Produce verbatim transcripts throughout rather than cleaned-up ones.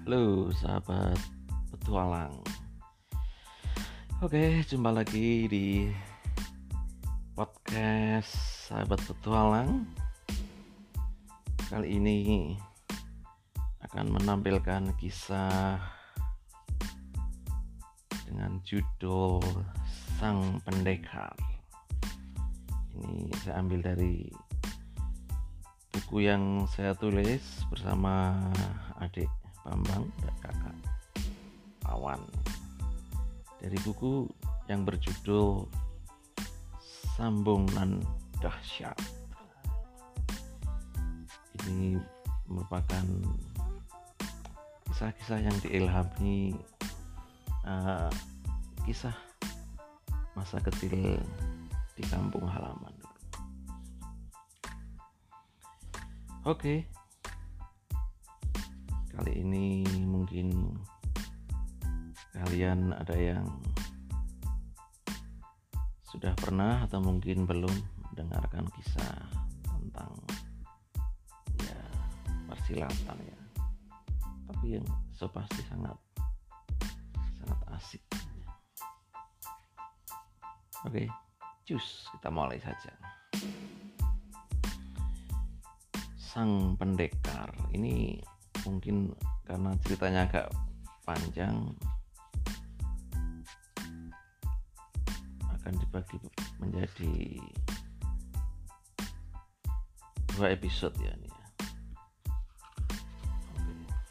Halo sahabat petualang. Oke, jumpa lagi di podcast sahabat petualang. Kali ini akan menampilkan kisah dengan judul Sang Pendekar. Ini saya ambil dari buku yang saya tulis bersama adik Bambang dan kakak Awan, dari buku yang berjudul Sambungan Dahsyat. Ini merupakan kisah-kisah yang diilhami uh, kisah masa kecil di kampung halaman. Oke, kali ini mungkin kalian ada yang sudah pernah atau mungkin belum mendengarkan kisah tentang ya persilatan ya, tapi yang so pasti sangat sangat asik. Oke, cus, kita mulai saja. Sang Pendekar ini mungkin karena ceritanya agak panjang akan dibagi menjadi dua episode ya ini ya. Oke.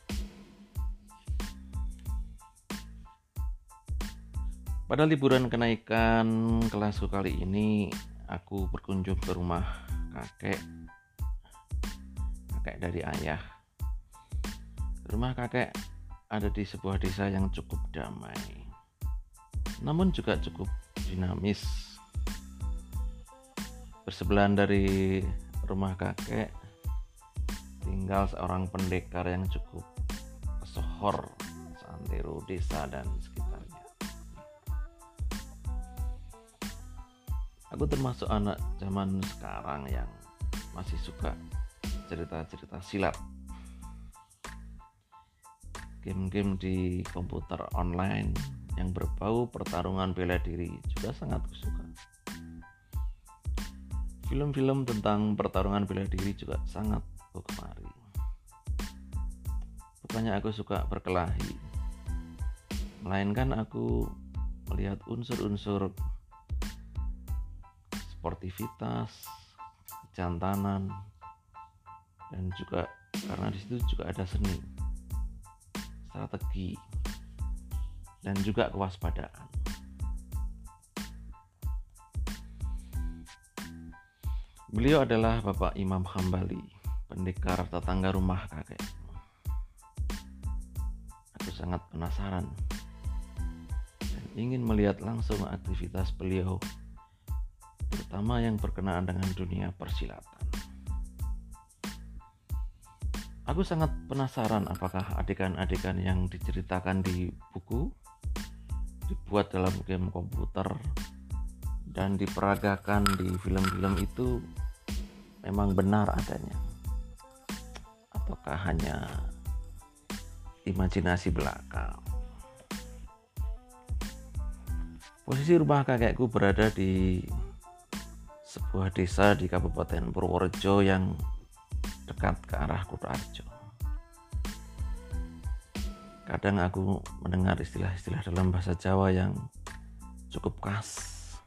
Pada liburan kenaikan kelasku kali ini, aku berkunjung ke rumah kakek kakek dari ayah. Rumah kakek ada di sebuah desa yang cukup damai, namun juga cukup dinamis. Bersebelahan dari rumah kakek tinggal seorang pendekar yang cukup pesohor seantero desa dan sekitarnya. Aku termasuk anak zaman sekarang yang masih suka cerita-cerita silat. Game-game di komputer online yang berbau pertarungan bela diri juga sangat kusuka. Film-film tentang pertarungan bela diri juga sangat kugemari. Bukannya aku suka berkelahi, melainkan aku melihat unsur-unsur sportivitas, kejantanan, dan juga karena di situ juga ada seni, strategi, dan juga kewaspadaan. Beliau adalah Bapak Imam Hambali, pendekar tetangga rumah kakek. Aku sangat penasaran dan ingin melihat langsung aktivitas beliau, terutama yang berkenaan dengan dunia persilatan. Aku sangat penasaran apakah adegan-adegan yang diceritakan di buku dibuat dalam game komputer dan diperagakan di film-film itu memang benar adanya, ataukah hanya imajinasi belaka. Posisi rumah kakekku berada di sebuah desa di Kabupaten Purworejo yang dekat ke arah Kutoarjo. Kadang aku mendengar istilah-istilah dalam bahasa Jawa yang cukup khas.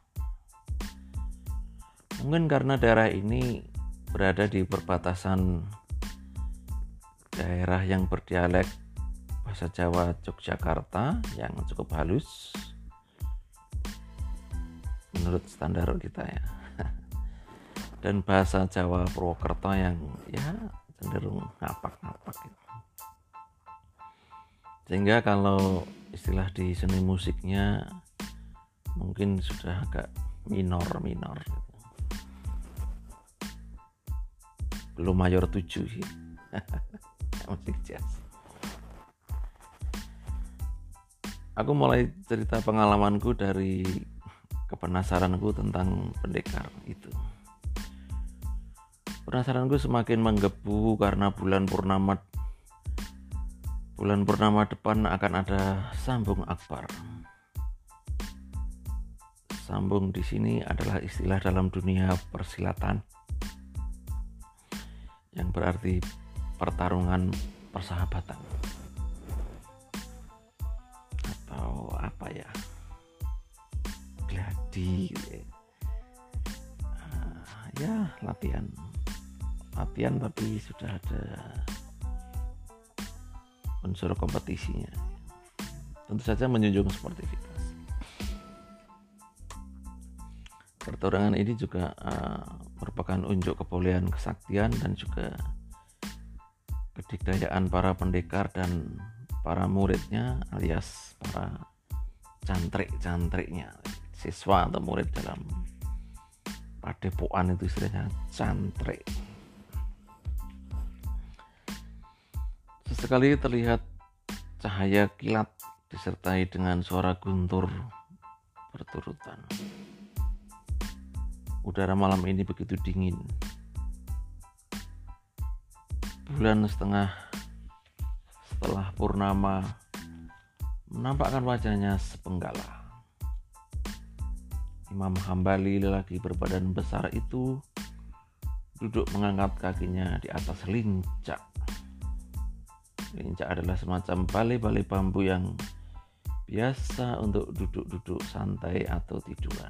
Mungkin karena daerah ini berada di perbatasan daerah yang berdialek bahasa Jawa Yogyakarta yang cukup halus menurut standar kita ya. Dan bahasa Jawa Purwokerto yang ya cenderung ngapak-ngapak gitu. Sehingga kalau istilah di seni musiknya mungkin sudah agak minor-minor gitu. Belum mayor tujuh sih. Musik jazz. Aku mulai cerita pengalamanku dari kepenasaranku tentang pendekar itu. Penasaranku semakin menggebu karena bulan purnama Bulan purnama depan akan ada sambung akbar. Sambung di sini adalah istilah dalam dunia persilatan yang berarti pertarungan persahabatan atau apa ya, gladi gitu ya. Uh, ya latihan latihan tapi sudah ada unsur kompetisinya, tentu saja menjunjung sportivitas. Pertarungan ini juga uh, merupakan unjuk kebolehan kesaktian dan juga kedikdayaan para pendekar dan para muridnya alias para cantrik-cantriknya, siswa atau murid dalam padepokan itu istilahnya cantrik. Sesekali terlihat cahaya kilat disertai dengan suara guntur berturutan. Udara malam ini begitu dingin. Bulan setengah setelah purnama menampakkan wajahnya sepenggala. Imam Hambali, lelaki berbadan besar itu, duduk mengangkat kakinya di atas lincak. Lincak adalah semacam balai-balai bambu yang biasa untuk duduk-duduk santai atau tiduran.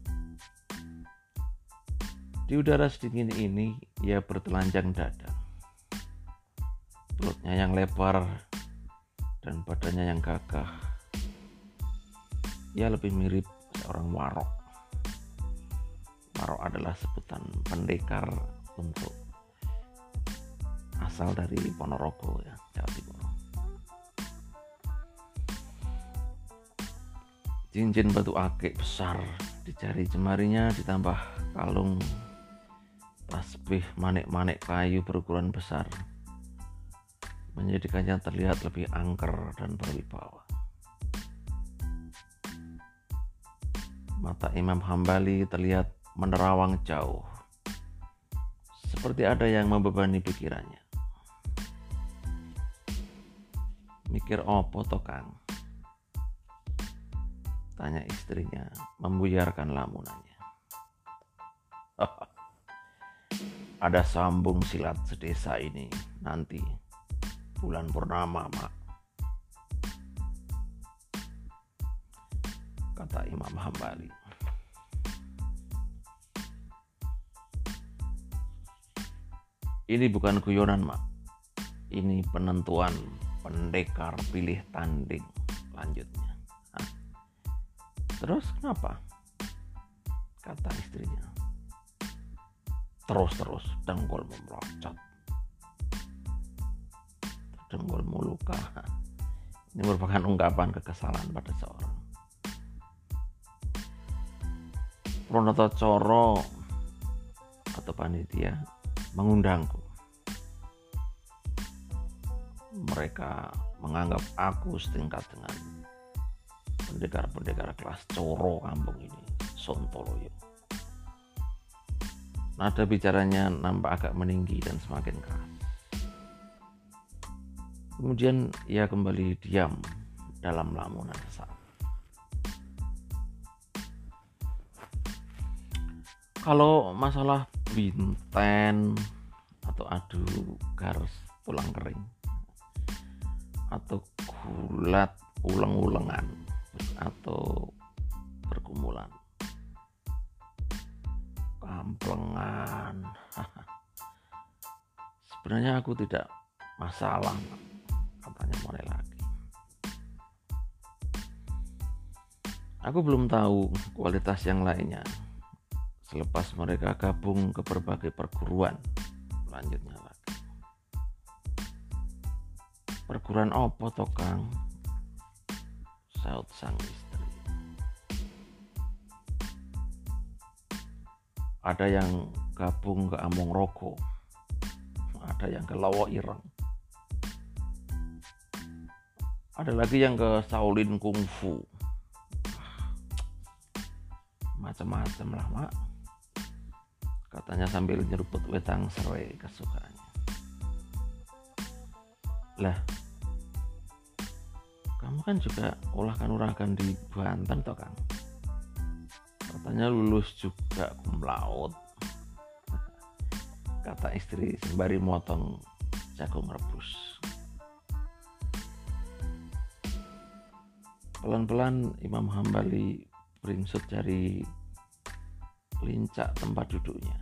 Di udara sedingin ini, ia bertelanjang dada. Perutnya yang lebar dan badannya yang gagah. Ia lebih mirip seorang warok. Warok adalah sebutan pendekar untuk asal dari Ponorogo, ya, Jawa Timur. Cincin batu akik besar di jari jemarinya ditambah kalung tasbih manik-manik kayu berukuran besar menjadikannya terlihat lebih angker dan berwibawa. Mata Imam Hambali terlihat menerawang jauh, seperti ada yang membebani pikirannya. Mikir opo to Kang? Tanya istrinya membuyarkan lamunannya. Ada sambung silat sedesa ini nanti bulan purnama, Mak, kata Imam Hambali. Ini bukan guyonan, Mak. Ini penentuan pendekar pilih tanding, lanjutnya. Hah? Terus kenapa? Kata istrinya. Terus-terus dengkulmu merocot, dengkulmu luka. Ini merupakan ungkapan kekesalan pada seorang. Pronotocoro atau panitia mengundangku. Mereka menganggap aku setingkat dengan pendekar-pendekar kelas coro kampung ini, Sontoloyo. Nada bicaranya nampak agak meninggi dan semakin keras. Kemudian ia kembali diam dalam lamunan sesaat. Kalau masalah binten atau adu garis tulang kering atau gulat ulang-ulangan atau pergumulan, kamplengan, sebenarnya aku tidak masalah, katanya mulai lagi. Aku belum tahu kualitas yang lainnya selepas mereka gabung ke berbagai perguruan, lanjutnya lagi. Perguruan opo to Kang? Saut sang istri. Ada yang gabung ke Among Rogo, ada yang ke Lawo Ireng, ada lagi yang ke Shaolin Kung Fu. Macam-macam lah, Mak, katanya sambil nyeruput wedang serai kesukaannya. Lah, kamu kan juga olah-uragan di Banten toh Kang, katanya lulus juga cum laude, kata istri sembari motong jagung rebus. Pelan-pelan Imam Hambali beringsut dari lincah tempat duduknya.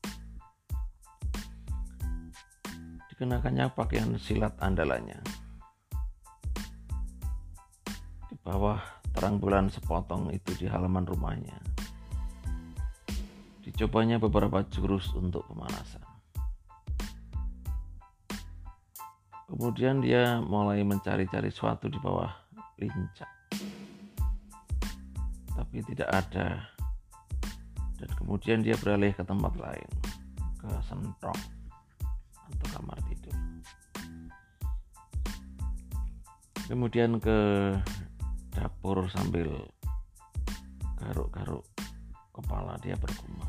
Dikenakannya pakaian silat andalannya. Di bawah terang bulan sepotong itu di halaman rumahnya, dicobanya beberapa jurus untuk pemanasan. Kemudian dia mulai mencari-cari sesuatu di bawah lincah, tapi tidak ada. Dan kemudian dia beralih ke tempat lain, ke sentrong atau kamar tidur. Kemudian ke dapur sambil garuk-garuk kepala dia bergumam,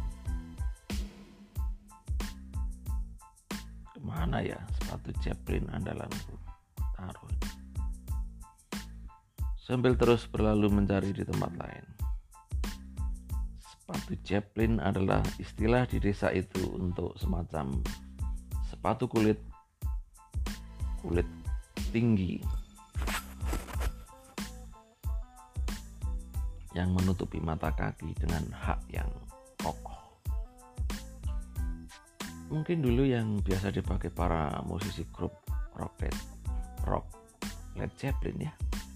kemana ya sepatu Chaplin andalanku, taruh. Sambil terus berlalu mencari di tempat lain. Sepatu Chaplin adalah istilah di desa itu untuk semacam sepatu kulit kulit tinggi yang menutupi mata kaki dengan hak yang kokoh. Mungkin dulu yang biasa dipakai para musisi grup rock Led, rock Led Zeppelin ya.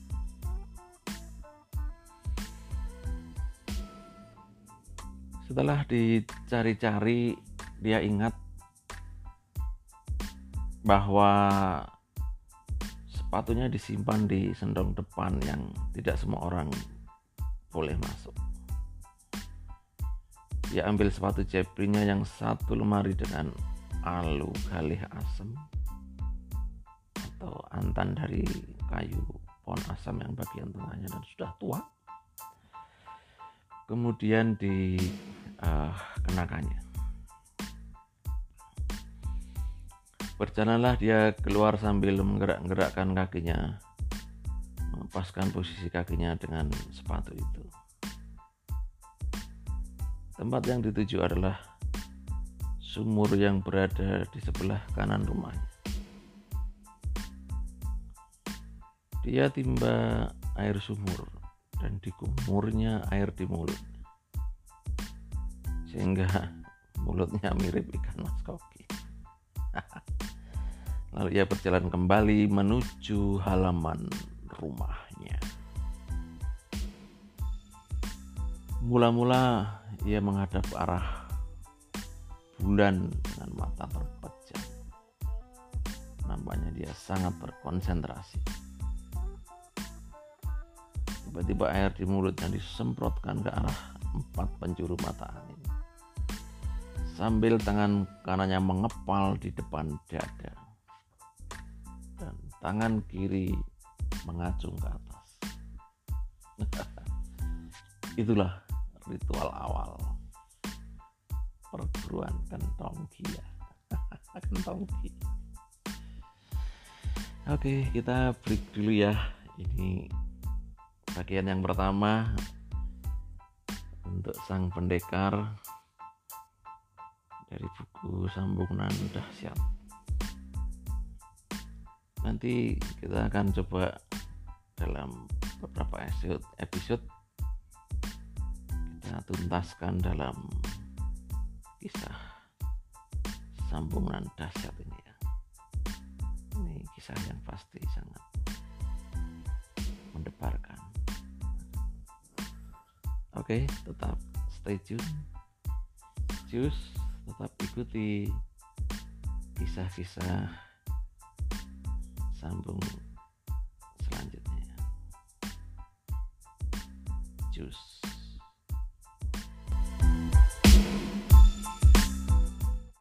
Setelah dicari-cari, dia ingat bahwa sepatunya disimpan di sendong depan yang tidak semua orang boleh masuk. Dia ambil sepatu Chaplinnya yang satu lemari dengan alu galih asem atau antan dari kayu pohon asam yang bagian tengahnya dan sudah tua. Kemudian di uh, kenakannya. Berjalanlah dia keluar sambil menggerak-gerakkan kakinya, melepaskan posisi kakinya dengan sepatu itu. Tempat yang dituju adalah sumur yang berada di sebelah kanan rumahnya. Dia timba air sumur dan digumurnya air di mulut, sehingga mulutnya mirip ikan mas koki. Lalu ia berjalan kembali menuju halaman rumahnya. Mula-mula ia menghadap ke arah bulan dengan mata terpejam. Nampaknya dia sangat berkonsentrasi. Tiba-tiba air di mulutnya disemprotkan ke arah empat penjuru mata angin, sambil tangan kanannya mengepal di depan dada dan tangan kiri mengacung ke atas. Itulah ritual awal perguruan kentong gila. Kentong gila. Oke, kita break dulu ya. Ini bagian yang pertama untuk Sang Pendekar dari buku Sambungan Dahsyat. Nanti kita akan coba dalam beberapa episode, episode kita tuntaskan dalam kisah Sambungan Dahsyat ini ya. Ini kisah yang pasti sangat mendebarkan. Oke, tetap stay tune. Cus, tetap ikuti kisah-kisah sambung selanjutnya. Cus.